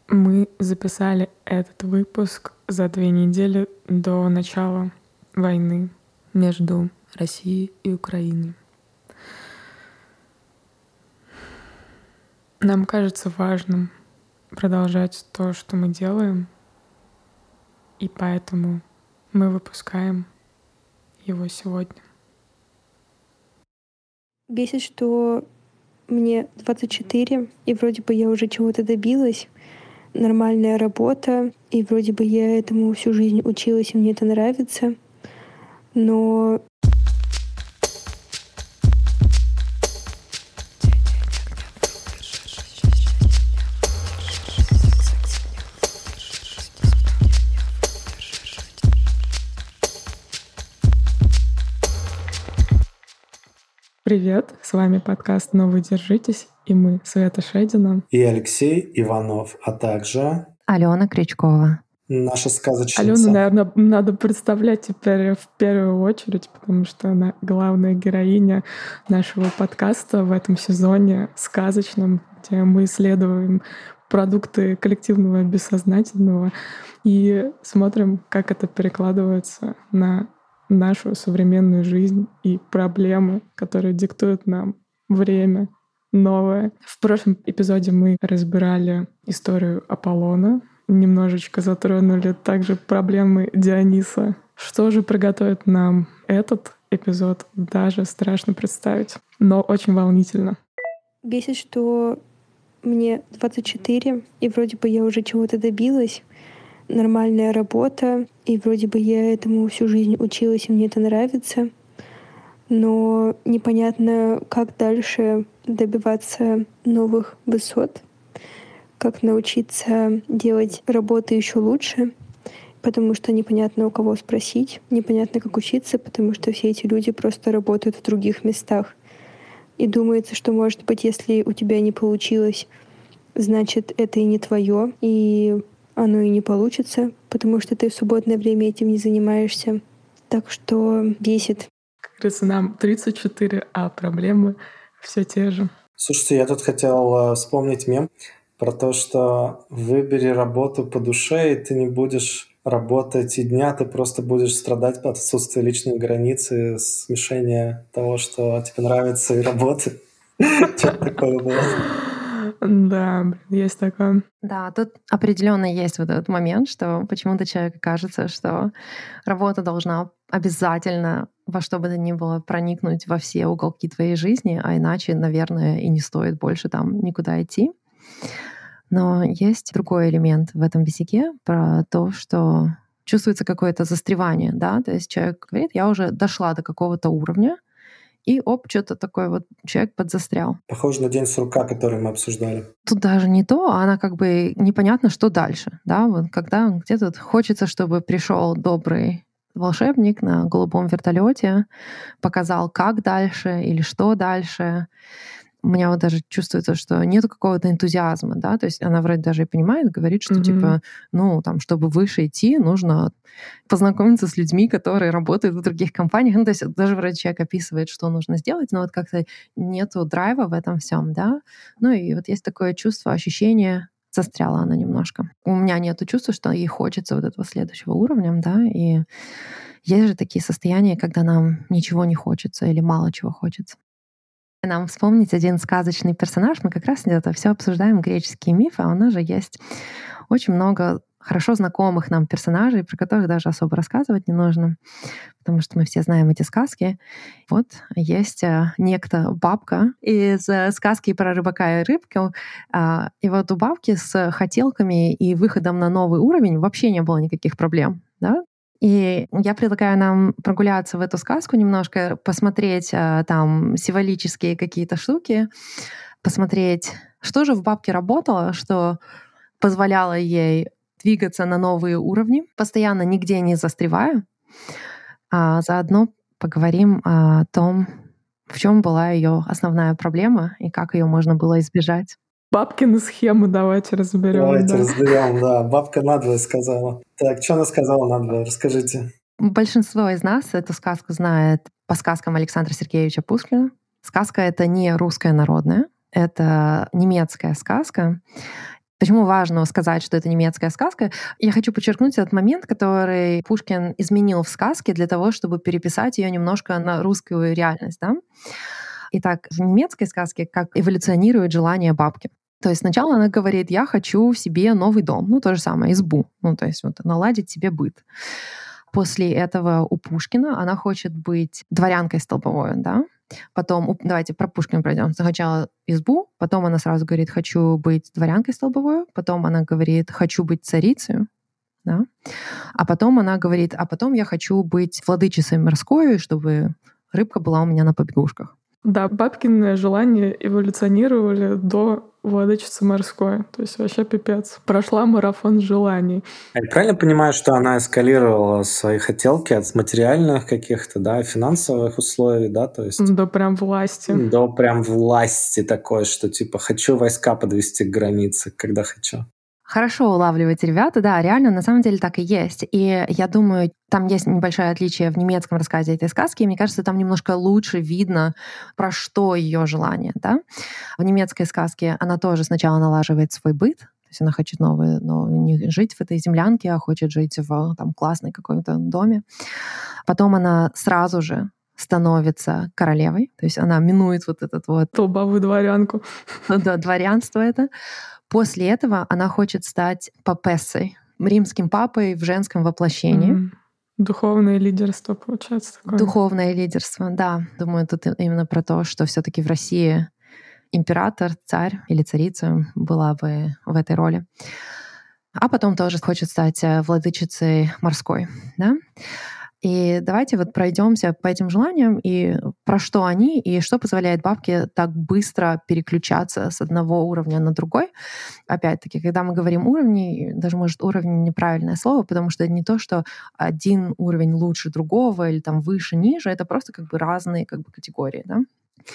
Мы записали этот выпуск за 2 недели до начала войны между Россией и Украиной. Нам кажется важным продолжать то, что мы делаем, и поэтому мы выпускаем его сегодня. Бесит, что мне 24, и вроде бы я уже чего-то добилась, нормальная работа, и вроде бы я этому всю жизнь училась, и мне это нравится, но Привет, с вами подкаст «Ну вы держитесь», и мы, Света Шедина и Алексей Иванов, а также Алена Крючкова. Наша сказочница. Алену, наверное, надо представлять теперь в первую очередь, потому что она главная героиня нашего подкаста в этом сезоне сказочном, где мы исследуем продукты коллективного бессознательного и смотрим, как это перекладывается на нашу современную жизнь и проблемы, которые диктуют нам время новое. В прошлом эпизоде мы разбирали историю Аполлона, немножечко затронули также проблемы Диониса. Что же приготовит нам этот эпизод, даже страшно представить, но очень волнительно. бесит, что мне 24, и вроде бы я уже чего-то добилась, нормальная работа, и вроде бы я этому всю жизнь училась, и мне это нравится, но непонятно, как дальше добиваться новых высот, как научиться делать работы еще лучше, потому что непонятно, у кого спросить, непонятно, как учиться, потому что все эти люди просто работают в других местах. И думается, что, может быть, если у тебя не получилось, значит, это и не твое, и оно и не получится, потому что ты в свободное время этим не занимаешься. Так что бесит. Как говорится, нам 34, а проблемы все те же. Слушайте, я тут хотел вспомнить мем про то, что выбери работу по душе, и ты не будешь работать и дня, ты просто будешь страдать от отсутствия личной границы, смешения того, что тебе нравится, и работы. Что-то такое было. Да, есть такое. Да, тут определенно есть вот этот момент, что почему-то человеку кажется, что работа должна обязательно во что бы то ни было проникнуть во все уголки твоей жизни, а иначе, наверное, и не стоит больше там никуда идти. Но есть другой элемент в этом бесике про то, что чувствуется какое-то застревание, да, то есть человек говорит, я уже дошла до какого-то уровня, и что-то такое вот человек подзастрял. Похоже на день сурка, который мы обсуждали. Тут даже не то, она как бы непонятно, что дальше, да, вот когда где-то хочется, чтобы пришел добрый волшебник на голубом вертолете, показал, как дальше или что дальше. У меня вот даже чувствуется, что нету какого-то энтузиазма, да, то есть она вроде даже и понимает, говорит, что типа, ну, там, чтобы выше идти, нужно познакомиться с людьми, которые работают в других компаниях. Ну, то есть даже вроде человек описывает, что нужно сделать, но вот как-то нету драйва в этом всем, да. Ну и вот есть такое чувство, ощущение, застряла она немножко. У меня нету чувства, что ей хочется вот этого следующего уровня, да, и есть же такие состояния, когда нам ничего не хочется или мало чего хочется. Нам вспомнить один сказочный персонаж. Мы как раз это все обсуждаем греческие мифы, а у нас же есть очень много хорошо знакомых нам персонажей, про которых даже особо рассказывать не нужно, потому что мы все знаем эти сказки. Вот есть некто бабка из сказки про рыбака и рыбку. И вот у бабки с хотелками и выходом на новый уровень вообще не было никаких проблем. Да? И я предлагаю нам прогуляться в эту сказку немножко, посмотреть там символические какие-то штуки, посмотреть, что же в бабке работало, что позволяло ей двигаться на новые уровни, постоянно нигде не застревая. А заодно поговорим о том, в чем была ее основная проблема и как ее можно было избежать. Бабкины схемы давайте разберем. Давайте разберем, да. Бабка надвое сказала. Так, что она сказала надвое? Расскажите. Большинство из нас эту сказку знает по сказкам Александра Сергеевича Пушкина. Сказка — это не русская народная, это немецкая сказка. Почему важно сказать, что это немецкая сказка? Я хочу подчеркнуть этот момент, который Пушкин изменил в сказке для того, чтобы переписать ее немножко на русскую реальность. Да? Итак, в немецкой сказке как эволюционирует желание бабки. То есть сначала она говорит, я хочу себе новый дом, ну то же самое, избу, ну то есть вот наладить себе быт. После этого у Пушкина она хочет быть дворянкой столбовой, да? Потом, давайте про Пушкина пройдем. Сначала избу, потом она сразу говорит, хочу быть дворянкой столбовой, потом она говорит, хочу быть царицей, да? А потом она говорит, а потом я хочу быть владычицей морской, чтобы рыбка была у меня на побегушках. Да, бабкины желания эволюционировали до владычицы морской. То есть вообще пипец. Прошла марафон желаний. Я правильно понимаю, что она эскалировала свои хотелки от материальных каких-то, да, финансовых условий, да, то есть... До прям власти. До прям власти такой, что типа хочу войска подвести к границе, когда хочу. Хорошо улавливаете, ребята, да, реально, на самом деле так и есть. И я думаю, там есть небольшое отличие в немецком рассказе этой сказки, и мне кажется, там немножко лучше видно, про что ее желание, да. В немецкой сказке она тоже сначала налаживает свой быт, то есть она хочет не жить в этой землянке, а хочет жить в там, классной каком-то доме. Потом она сразу же становится королевой, то есть она минует вот этот вот... Толбовую дворянку. Да, дворянство это. После этого она хочет стать папессой, римским папой в женском воплощении. Духовное лидерство, получается, такое. Духовное лидерство, да. Думаю, тут именно про то, что все-таки в России император, царь или царица была бы в этой роли. А потом тоже хочет стать владычицей морской, да? И давайте вот пройдемся по этим желаниям и про что они, и что позволяет бабке так быстро переключаться с одного уровня на другой. Опять-таки, когда мы говорим уровни, даже, может, уровень неправильное слово, потому что это не то, что один уровень лучше другого или там выше, ниже, это просто как бы разные как бы категории, да.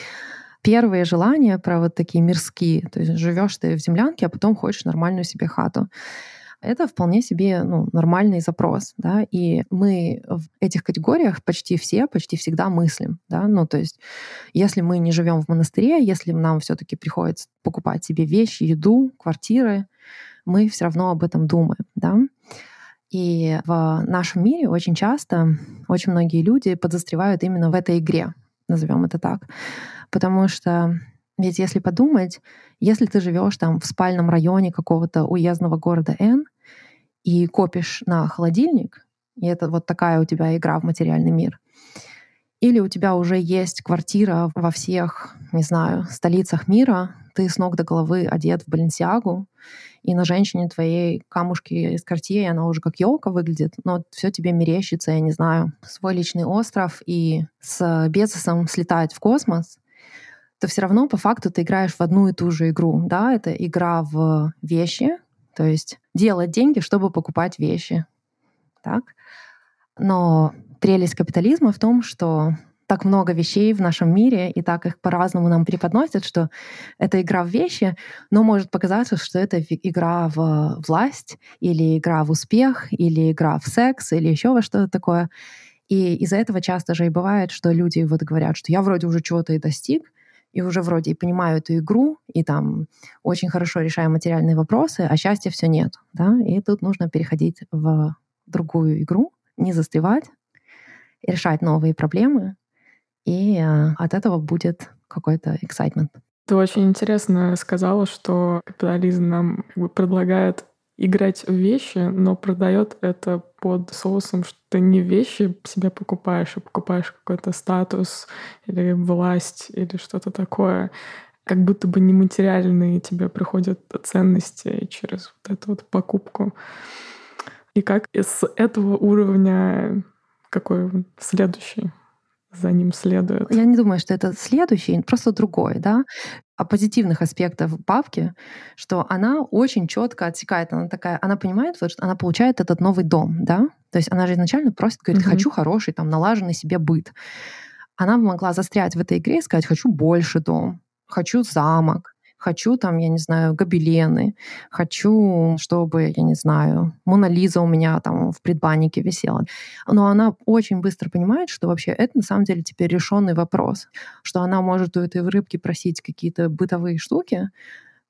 Первые желания про вот такие мирские, то есть живешь ты в землянке, а потом хочешь нормальную себе хату. Это вполне себе нормальный запрос, да, и мы в этих категориях почти всегда мыслим, да, ну, то есть если мы не живем в монастыре, если нам все-таки приходится покупать себе вещи, еду, квартиры, мы все равно об этом думаем, да. И в нашем мире очень часто очень многие люди подзастревают именно в этой игре, назовем это так, потому что ведь если подумать, если ты живешь там в спальном районе какого-то уездного города Н и копишь на холодильник, и это вот такая у тебя игра в материальный мир, или у тебя уже есть квартира во всех, не знаю, столицах мира, ты с ног до головы одет в Баленсиагу, и на женщине твоей камушки из Cartier, она уже как елка выглядит, но все тебе мерещится, я не знаю, свой личный остров и с Безосом слетать в космос, то все равно по факту ты играешь в одну и ту же игру. Да? Это игра в вещи, то есть делать деньги, чтобы покупать вещи. Так? Но прелесть капитализма в том, что так много вещей в нашем мире, и так их по-разному нам преподносят, что это игра в вещи, но может показаться, что это игра в власть, или игра в успех, или игра в секс, или еще во что-то такое. И из-за этого часто же и бывает, что люди вот говорят, что я вроде уже чего-то и достиг, и уже вроде и понимаю эту игру, и там очень хорошо решаю материальные вопросы, а счастья все нет. Да? И тут нужно переходить в другую игру, не застревать, решать новые проблемы, и от этого будет какой-то excitement. Ты очень интересно сказала, что капитализм нам как бы предлагает играть в вещи, но продает это под соусом, что ты не вещи себе покупаешь, а покупаешь какой-то статус или власть или что-то такое. Как будто бы нематериальные тебе приходят ценности через вот эту вот покупку. И как из этого уровня какой следующий за ним следует? Я не думаю, что это следующий, просто другой, да. О позитивных аспектах бабки, что она очень четко отсекает, она понимает, что она получает этот новый дом, да. То есть она же изначально просит, говорит, хочу хороший, там, налаженный себе быт. Она могла застрять в этой игре и сказать, хочу больше дом, хочу замок, хочу там, я не знаю, гобелены, хочу, чтобы, я не знаю, Мона Лиза у меня там в предбаннике висела. Но она очень быстро понимает, что вообще это на самом деле теперь решенный вопрос, что она может у этой рыбки просить какие-то бытовые штуки,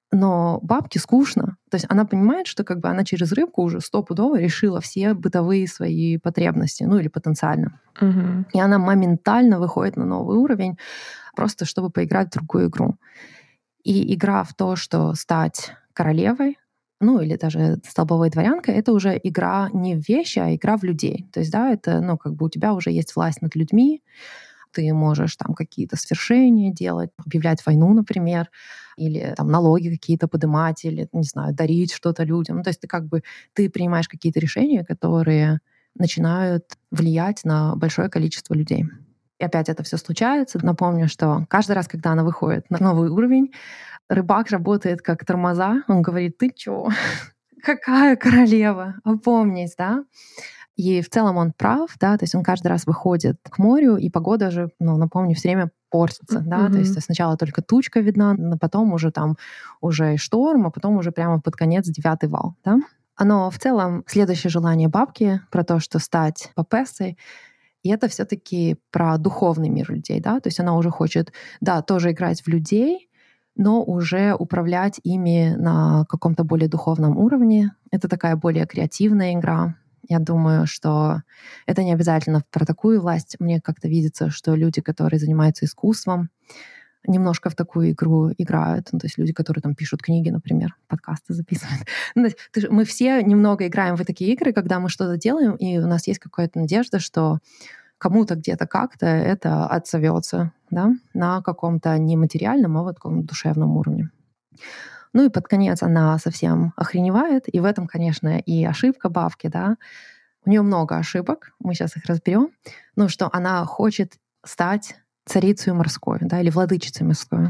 Но бабке скучно. То есть она понимает, что как бы она через рыбку уже стопудово решила все бытовые свои потребности, ну или потенциально. И она моментально выходит на новый уровень, просто чтобы поиграть в другую игру. И игра в то, что стать королевой, ну или даже столбовой дворянкой, это уже игра не в вещи, а игра в людей. То есть, да, это, ну, как бы у тебя уже есть власть над людьми, ты можешь там какие-то свершения делать, объявлять войну, например, или там налоги какие-то поднимать, или, не знаю, дарить что-то людям. Ну, то есть ты как бы ты принимаешь какие-то решения, которые начинают влиять на большое количество людей. И опять это все случается. Напомню, что каждый раз, когда она выходит на новый уровень, рыбак работает как тормоза. Он говорит: ты чё? Какая королева? Опомнись, да? И в целом он прав, да, то есть он каждый раз выходит к морю, и погода же, ну, напомню, все время портится, да, то есть сначала только тучка видна, но потом уже там уже и шторм, а потом уже прямо под конец 9-й вал, да. Но в целом следующее желание бабки про то, что стать папессой, и это все-таки про духовный мир людей, да, то есть она уже хочет, да, тоже играть в людей, но уже управлять ими на каком-то более духовном уровне. Это такая более креативная игра. Я думаю, что это не обязательно про такую власть. Мне как-то видится, что люди, которые занимаются искусством, немножко в такую игру играют. Ну, то есть люди, которые там пишут книги, например, подкасты записывают. Мы все немного играем в такие игры, когда мы что-то делаем, и у нас есть какая-то надежда, что кому-то где-то как-то это отзовется, да, на каком-то не материальном, а вот каком-то душевном уровне. Ну и под конец она совсем охреневает, и в этом, конечно, и ошибка бабки, да. У нее много ошибок, мы сейчас их разберем, но что она хочет стать царицей морской, да, или владычицей морской.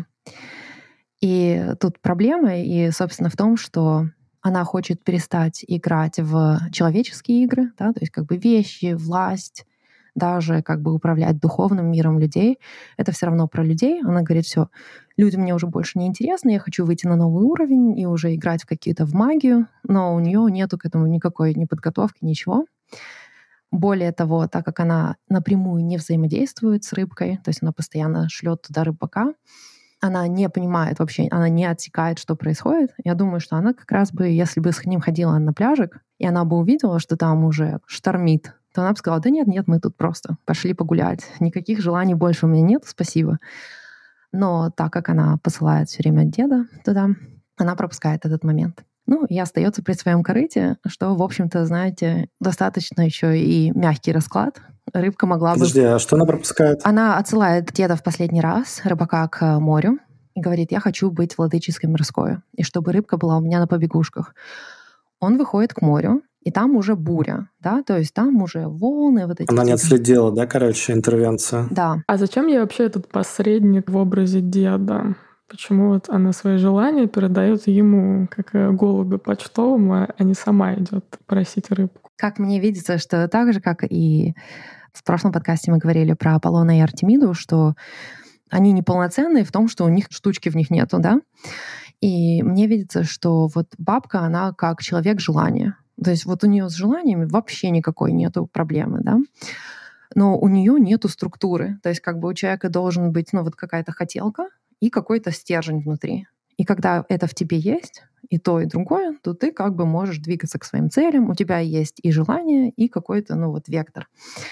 И тут проблема, и, собственно, в том, что она хочет перестать играть в человеческие игры, да, то есть как бы вещи, власть, даже как бы управлять духовным миром людей. Это все равно про людей. Она говорит: все, люди мне уже больше не интересны, я хочу выйти на новый уровень и уже играть в магию, но у нее нету к этому никакой ни подготовки, ничего. Более того, так как она напрямую не взаимодействует с рыбкой, то есть она постоянно шлет туда рыбака, она не понимает вообще, она не отсекает, что происходит. Я думаю, что она как раз бы, если бы с ним ходила на пляжик, и она бы увидела, что там уже штормит, то она бы сказала: да нет, мы тут просто пошли погулять. Никаких желаний больше у меня нет, спасибо. Но так как она посылает все время деда туда, она пропускает этот момент. Ну, и остается при своем корыте, что, в общем-то, знаете, достаточно еще и мягкий расклад. Рыбка могла бы... Подожди, а что она пропускает? Она отсылает деда в последний раз, рыбака, к морю, и говорит: я хочу быть владычицей морской, и чтобы рыбка была у меня на побегушках. Он выходит к морю, и там уже буря, да, то есть там уже волны вот эти. Она не отследила, да, интервенцию? Да. А зачем ей вообще этот посредник в образе деда? Почему вот она свои желания передает ему, как голубю почтовому, а не сама идет просить рыбку? Как мне видится, что так же, как и в прошлом подкасте мы говорили про Аполлона и Артемиду, что они неполноценные в том, что у них штучки в них нету, да? И мне видится, что вот бабка, она как человек желания. То есть вот у нее с желаниями вообще никакой нету проблемы, да? Но у нее нету структуры. То есть как бы у человека должен быть, ну, вот какая-то хотелка и какой-то стержень внутри. И когда это в тебе есть, и то, и другое, то ты как бы можешь двигаться к своим целям. У тебя есть и желание, и какой-то, ну, вот вектор.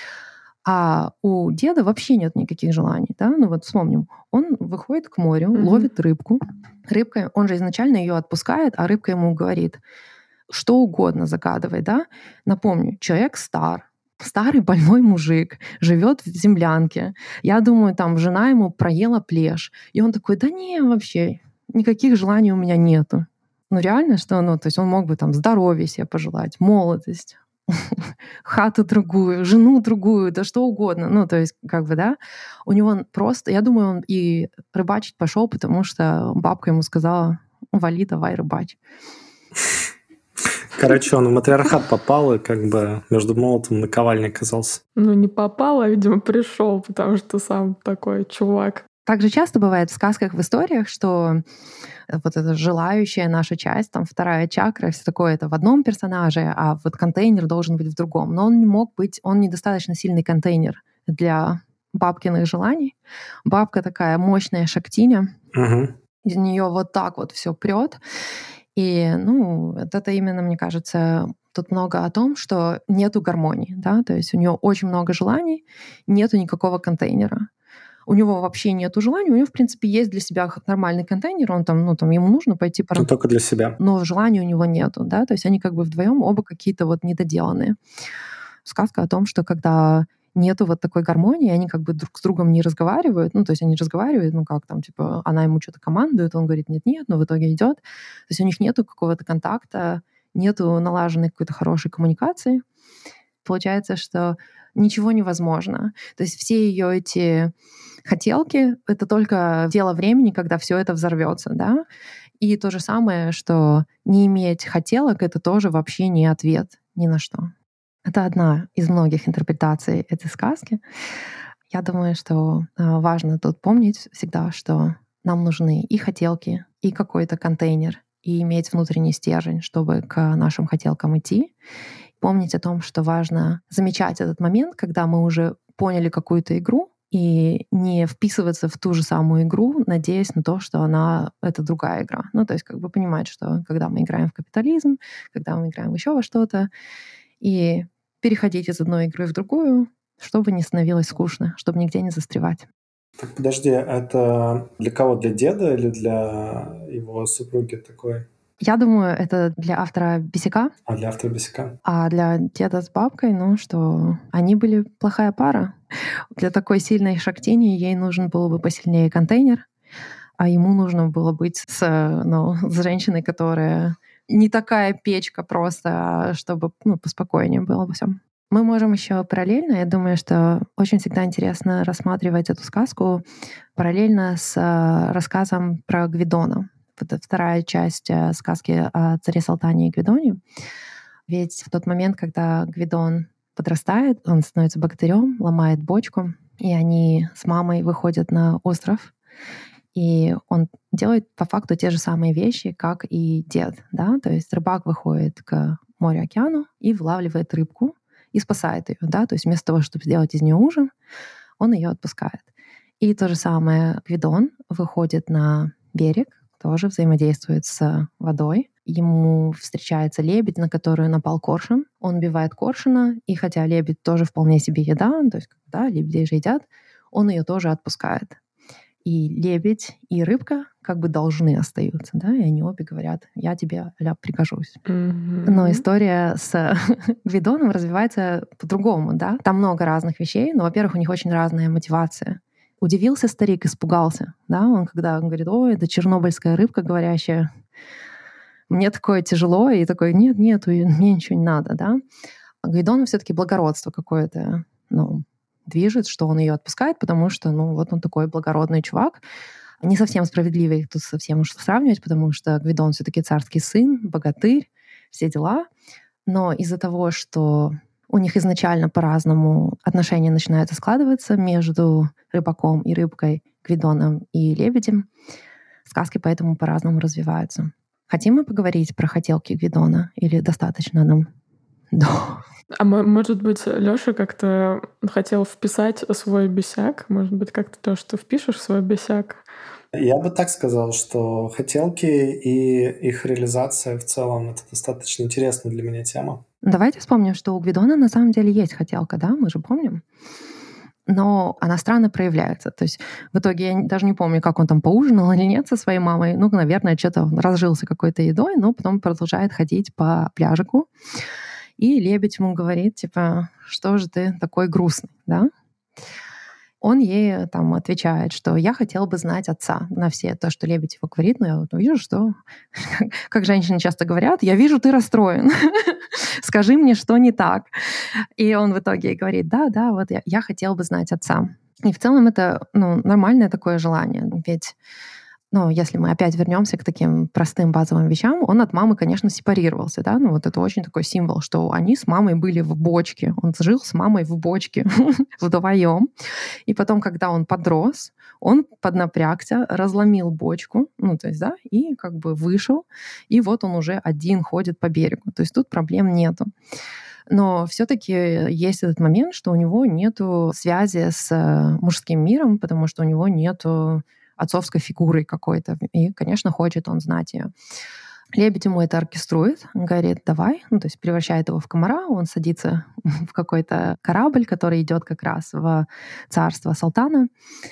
А у деда вообще нет никаких желаний, да? Ну вот вспомним, он выходит к морю, ловит рыбку. Рыбка, он же изначально ее отпускает, а рыбка ему говорит: что угодно загадывай, да? Напомню, человек старый больной мужик, живет в землянке. Я думаю, там жена ему проела плешь. И он такой: да не, вообще, никаких желаний у меня нету. Ну реально, что, ну, то есть он мог бы там здоровья себе пожелать, молодость, хату другую, жену другую, да что угодно. Ну, то есть, как бы, да, у него просто, я думаю, он и рыбачить пошел, потому что бабка ему сказала: вали, давай рыбачь. Короче, он в матриархат попал и как бы между молотом и наковальней оказался. Ну, не попал, а, видимо, пришел, потому что сам такой чувак. Так же часто бывает в сказках, в историях, что вот эта желающая наша часть, там вторая чакра, все такое, это в одном персонаже, а вот контейнер должен быть в другом. Но он не мог быть, он недостаточно сильный контейнер для бабкиных желаний. Бабка такая мощная шактиня. из нее вот так вот все прет. И, ну, вот это именно, мне кажется, тут много о том, что нету гармонии, да, то есть у нее очень много желаний, нету никакого контейнера. У него вообще нету желаний, у него, в принципе, есть для себя нормальный контейнер, он там, ну, там, ему нужно пойти Но только для себя. но желания у него нету, да, то есть они как бы вдвоем оба какие-то вот недоделанные. Сказка о том, что когда нету вот такой гармонии, они как бы друг с другом не разговаривают, ну, то есть они разговаривают, ну, как там, типа, она ему что-то командует, он говорит нет-нет, но в итоге идет. То есть у них нету какого-то контакта, нету налаженной какой-то хорошей коммуникации. Получается, что ничего невозможно. То есть все ее эти хотелки — это только дело времени, когда все это взорвется, да. И то же самое, что не иметь хотелок — это тоже вообще не ответ ни на что. Это одна из многих интерпретаций этой сказки. Я думаю, что важно тут помнить всегда, что нам нужны и хотелки, и какой-то контейнер, и иметь внутренний стержень, чтобы к нашим хотелкам идти. Помнить о том, что важно замечать этот момент, когда мы уже поняли какую-то игру, и не вписываться в ту же самую игру, надеясь на то, что это другая игра. Ну, то есть как бы понимать, что когда мы играем в капитализм, когда мы играем еще во что-то, и переходить из одной игры в другую, чтобы не становилось скучно, чтобы нигде не застревать. Так, подожди, это для кого? Для деда или для его супруги такой? Я думаю, это для автора Бесяка. А для автора Бесяка? А для деда с бабкой, ну, что они были плохая пара. Для такой сильной шактини ей нужен был бы посильнее контейнер, а ему нужно было быть с женщиной, которая не такая печка просто, чтобы поспокойнее было во всем. Мы можем еще параллельно, я думаю, что очень всегда интересно рассматривать эту сказку параллельно с рассказом про Гвидона. Это вторая часть сказки о царе Салтане и Гвидоне. Ведь в тот момент, когда Гвидон подрастает, он становится богатырем, ломает бочку, и они с мамой выходят на остров, и он делает по факту те же самые вещи, как и дед. Да? То есть рыбак выходит к морю-океану и вылавливает рыбку и спасает ее. Да? То есть вместо того, чтобы сделать из нее ужин, он ее отпускает. И то же самое Гвидон выходит на берег, тоже взаимодействует с водой. Ему встречается лебедь, на которую напал коршун. Он убивает коршуна, и хотя лебедь тоже вполне себе еда, то есть когда лебедей же едят, он ее тоже отпускает. И лебедь, и рыбка как бы должны остаются, да, и они обе говорят, я тебе, пригожусь. Но история с Гвидоном развивается по-другому, да. Там много разных вещей, но, во-первых, у них очень разная мотивация. Удивился старик, испугался, да, он говорит, ой, это чернобыльская рыбка говорящая, мне такое тяжело, и такой, нет, мне ничего не надо, да. А Гвидону все-таки благородство какое-то, движет, что он ее отпускает, потому что, вот он такой благородный чувак. Не совсем справедливо их тут совсем уж сравнивать, потому что Гвидон все-таки царский сын, богатырь, все дела. Но из-за того, что у них изначально по-разному отношения начинают складываться между рыбаком и рыбкой, Гвидоном и лебедем, сказки поэтому по-разному развиваются. Хотим мы поговорить про хотелки Гвидона или достаточно нам? Да. А может быть, Лёша как-то хотел вписать свой бесяк? Может быть, как-то то, что впишешь в свой бесяк? Я бы так сказал, что хотелки и их реализация в целом — это достаточно интересная для меня тема. Давайте вспомним, что у Гвидона на самом деле есть хотелка, да, мы же помним. Но она странно проявляется. То есть в итоге я даже не помню, как он там поужинал или нет со своей мамой. Наверное, что-то разжился какой-то едой, но потом продолжает ходить по пляжику. И лебедь ему говорит, типа, что же ты такой грустный, да? Он ей там отвечает, что я хотел бы знать отца на все то, что лебедь его говорит, но я вот вижу, что, как женщины часто говорят, я вижу, ты расстроен. Скажи мне, что не так. И он в итоге говорит, да, вот я хотел бы знать отца. И в целом это нормальное такое желание. Ведь если мы опять вернемся к таким простым базовым вещам, он от мамы, конечно, сепарировался, да, вот это очень такой символ, что они с мамой были в бочке, он жил с мамой в бочке вдвоем, и потом, когда он подрос, он поднапрягся, разломил бочку, то есть, да, и как бы вышел, и вот он уже один ходит по берегу, то есть тут проблем нету. Но все-таки есть этот момент, что у него нету связи с мужским миром, потому что у него нету отцовской фигурой какой-то. И, конечно, хочет он знать ее. Лебедь ему это оркеструет, он говорит, давай, ну, то есть превращает его в комара, он садится в какой-то корабль, который идет как раз в царство Салтана.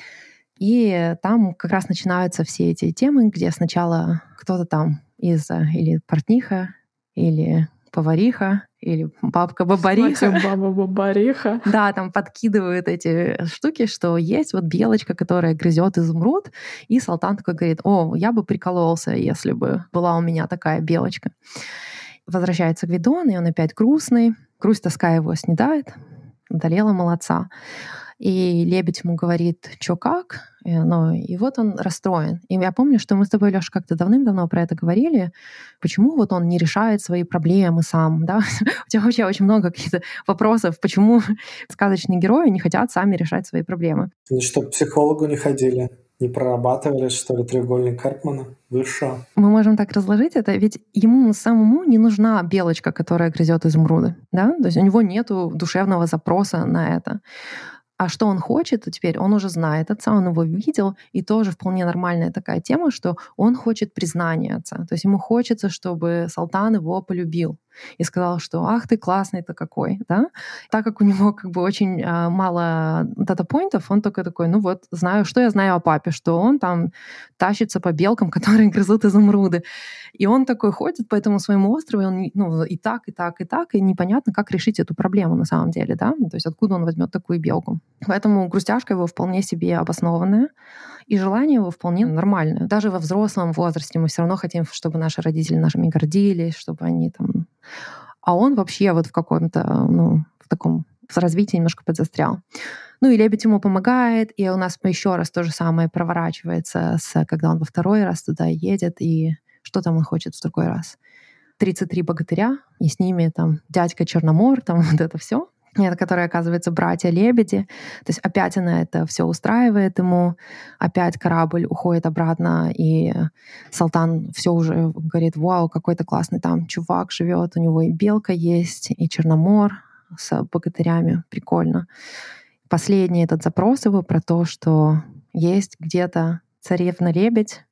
И там как раз начинаются все эти темы, где сначала кто-то там из или портниха, или повариха, или бабка-бабариха. Баба-бабариха. Да, там подкидывают эти штуки, что есть вот белочка, которая грызет изумруд, и Салтан такой говорит, о, я бы прикололся, если бы была у меня такая белочка. Возвращается Гвидон, и он опять грустный. Грусть, тоска его снедает. Одолела молодца. И лебедь ему говорит, чё как, и вот он расстроен. И я помню, что мы с тобой, Лёша, как-то давным-давно про это говорили, почему вот он не решает свои проблемы сам, да? У тебя вообще очень много каких-то вопросов, почему сказочные герои не хотят сами решать свои проблемы. Они что, к психологу не ходили? Не прорабатывали, что ли, треугольник Карпмана? Вы шо? Мы можем так разложить это, ведь ему самому не нужна белочка, которая грызет изумруды, да? То есть у него нету душевного запроса на это. А что он хочет, то теперь он уже знает отца, он его видел, и тоже вполне нормальная такая тема, что он хочет признания отца. То есть ему хочется, чтобы Салтан его полюбил и сказал, что «ах, ты классный-то какой». Да? Так как у него как бы очень мало дата-поинтов, он только такой, ну вот, знаю, что я знаю о папе, что он там тащится по белкам, которые грызут изумруды. И он такой ходит по этому своему острову, и он и так, и так, и так, и непонятно, как решить эту проблему на самом деле, да? То есть откуда он возьмет такую белку. Поэтому грустяшка его вполне себе обоснованная, и желание его вполне нормальное. Даже во взрослом возрасте мы все равно хотим, чтобы наши родители нашими гордились, чтобы они там... А он вообще вот в каком-то, в таком развитии немножко подзастрял. Ну и лебедь ему помогает, и у нас еще раз то же самое проворачивается, когда он во второй раз туда едет, и что там он хочет в другой раз? 33 богатыря, и с ними там дядька Черномор, там вот это все. Это, которые, оказывается, братья-лебеди. То есть опять она это все устраивает ему, опять корабль уходит обратно, и Салтан все уже говорит, вау, какой-то классный там чувак живет, у него и белка есть, и Черномор с богатырями, прикольно. Последний этот запрос его про то, что есть где-то царевна-лебедь.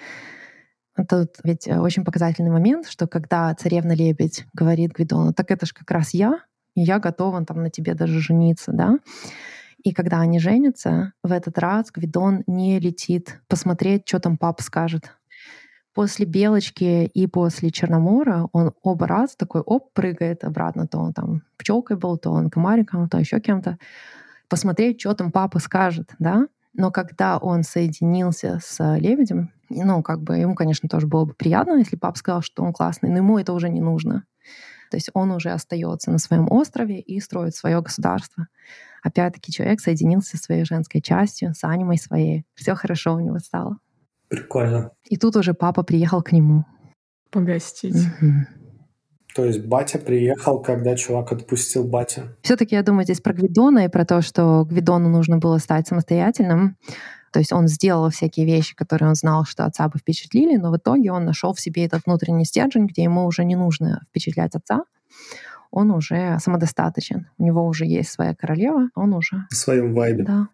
Тут ведь очень показательный момент, что когда царевна-лебедь говорит Гвидону, так это ж как раз я, и я готова там на тебе даже жениться, да? И когда они женятся, в этот раз Гвидон не летит посмотреть, что там папа скажет. После Белочки и после Черномора он оба раза такой прыгает обратно, то он там пчелкой был, то он комариком, то еще кем-то, посмотреть, что там папа скажет, да? Но когда он соединился с лебедем, как бы ему, конечно, тоже было бы приятно, если папа сказал, что он классный, но ему это уже не нужно. То есть он уже остается на своем острове и строит свое государство. Опять-таки человек соединился со своей женской частью, с анимой своей. Все хорошо у него стало. Прикольно. И тут уже папа приехал к нему. Погостить. То есть батя приехал, когда чувак отпустил батя. Все-таки я думаю здесь про Гвидона и про то, что Гвидону нужно было стать самостоятельным. То есть он сделал всякие вещи, которые он знал, что отца бы впечатлили, но в итоге он нашел в себе этот внутренний стержень, где ему уже не нужно впечатлять отца. Он уже самодостаточен. У него уже есть своя королева, он уже... В своем вайбе. Да.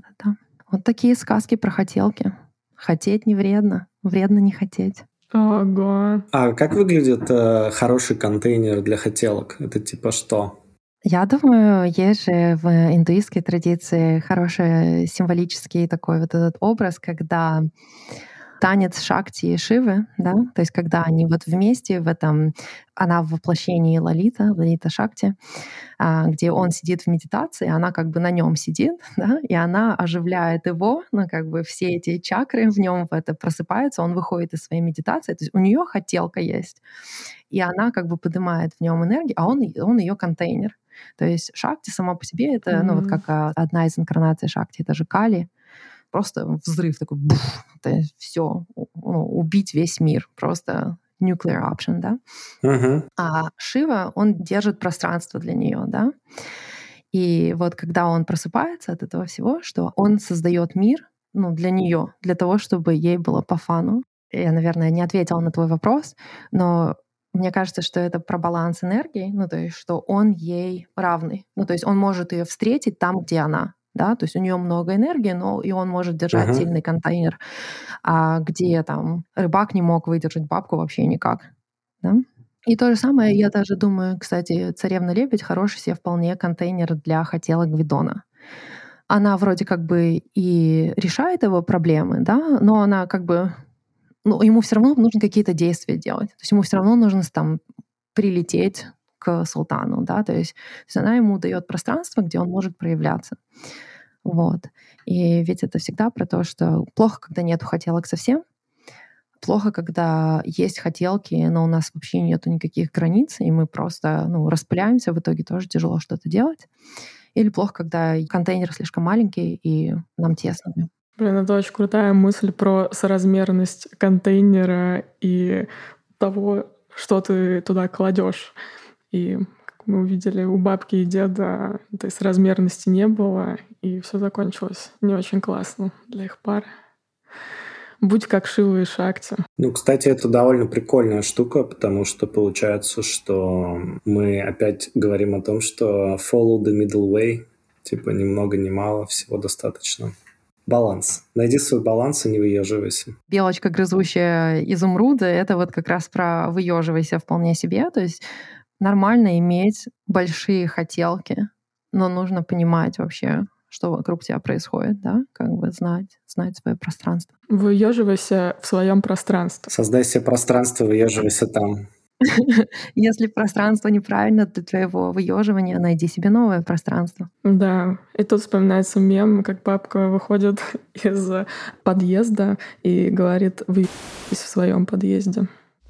Вот такие сказки про хотелки. Хотеть не вредно, вредно не хотеть. Ого. А как выглядит хороший контейнер для хотелок? Это типа что? Я думаю, есть же в индуистской традиции хороший символический такой вот этот образ, когда танец Шакти и Шивы, да, то есть когда они вот вместе в этом, она в воплощении Лалита Шакти, где он сидит в медитации, она как бы на нем сидит, да, и она оживляет его, как бы все эти чакры в нем просыпаются, он выходит из своей медитации, то есть у нее хотелка есть, и она как бы поднимает в нем энергию, а он ее контейнер. То есть Шакти сама по себе это, вот как одна из инкарнаций Шакти, это же Кали, просто взрыв такой, буф, это все, убить весь мир, просто nuclear option, да. А Шива, он держит пространство для нее, да. И вот когда он просыпается от этого всего, что он создает мир, для нее, для того, чтобы ей было по фану. Я, наверное, не ответила на твой вопрос, но мне кажется, что это про баланс энергии, то есть что он ей равный. То есть он может ее встретить там, где она. да, то есть у нее много энергии, но и он может держать сильный контейнер, где там рыбак не мог выдержать бабку вообще никак, да. И то же самое, я даже думаю, кстати, царевна-лебедь хороший себе вполне контейнер для хотелок Гвидона. Она вроде как бы и решает его проблемы, да, но она как бы, ему все равно нужно какие-то действия делать. То есть ему все равно нужно там прилететь к султану, да, то есть она ему дает пространство, где он может проявляться. Вот. И ведь это всегда про то, что плохо, когда нету хотелок совсем, плохо, когда есть хотелки, но у нас вообще нету никаких границ, и мы просто распыляемся, в итоге тоже тяжело что-то делать. Или плохо, когда контейнер слишком маленький, и нам тесно. Блин, это очень крутая мысль про соразмерность контейнера и того, что ты туда кладешь. И как мы увидели, у бабки и деда этой соразмерности не было, и все закончилось не очень классно для их пары. Будь как Шива и Шакти. Кстати, это довольно прикольная штука, потому что получается, что мы опять говорим о том, что follow the middle way, типа ни много ни мало, всего достаточно. Баланс. Найди свой баланс и не выеживайся. Белочка, грызущая изумруды, это вот как раз про выеживайся вполне себе. То есть нормально иметь большие хотелки, но нужно понимать вообще, что вокруг тебя происходит, да, как бы знать свое пространство. Выеживайся в своем пространстве. Создай себе пространство, выеживайся там. Если пространство неправильно для твоего выеживания, найди себе новое пространство. Да, и тут вспоминается мем, как бабка выходит из подъезда и говорит: «Выебись в своем подъезде».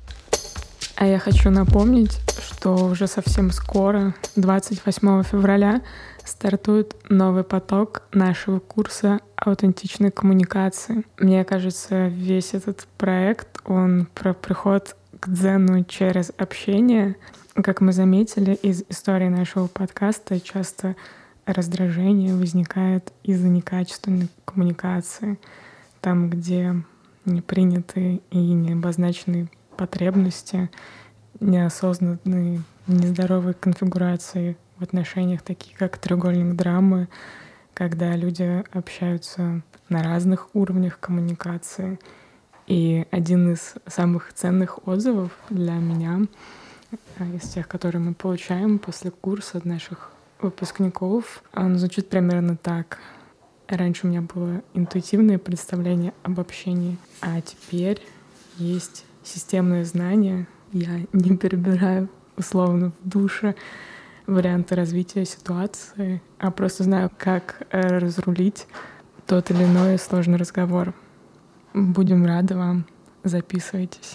А я хочу напомнить, что уже совсем скоро, 28 февраля, стартует новый поток нашего курса аутентичной коммуникации. Мне кажется, весь этот проект, он про приход к дзену через общение. Как мы заметили из истории нашего подкаста, часто раздражение возникает из-за некачественной коммуникации. Там, где не приняты и не обозначены потребности, неосознанные, нездоровые конфигурации в отношениях, такие как треугольник драмы, когда люди общаются на разных уровнях коммуникации. И один из самых ценных отзывов для меня, из тех, которые мы получаем после курса от наших выпускников, он звучит примерно так. Раньше у меня было интуитивное представление об общении, а теперь есть системное знание. Я не перебираю условно в душе варианты развития ситуации, а просто знаю, как разрулить тот или иной сложный разговор. Будем рады вам. Записывайтесь.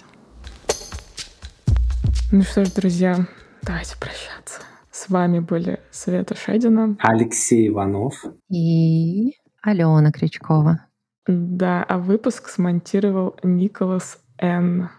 Ну что ж, друзья, давайте прощаться. С вами были Света Шедина, Алексей Иванов и Алена Крючкова. Да, а выпуск смонтировал Николас Н.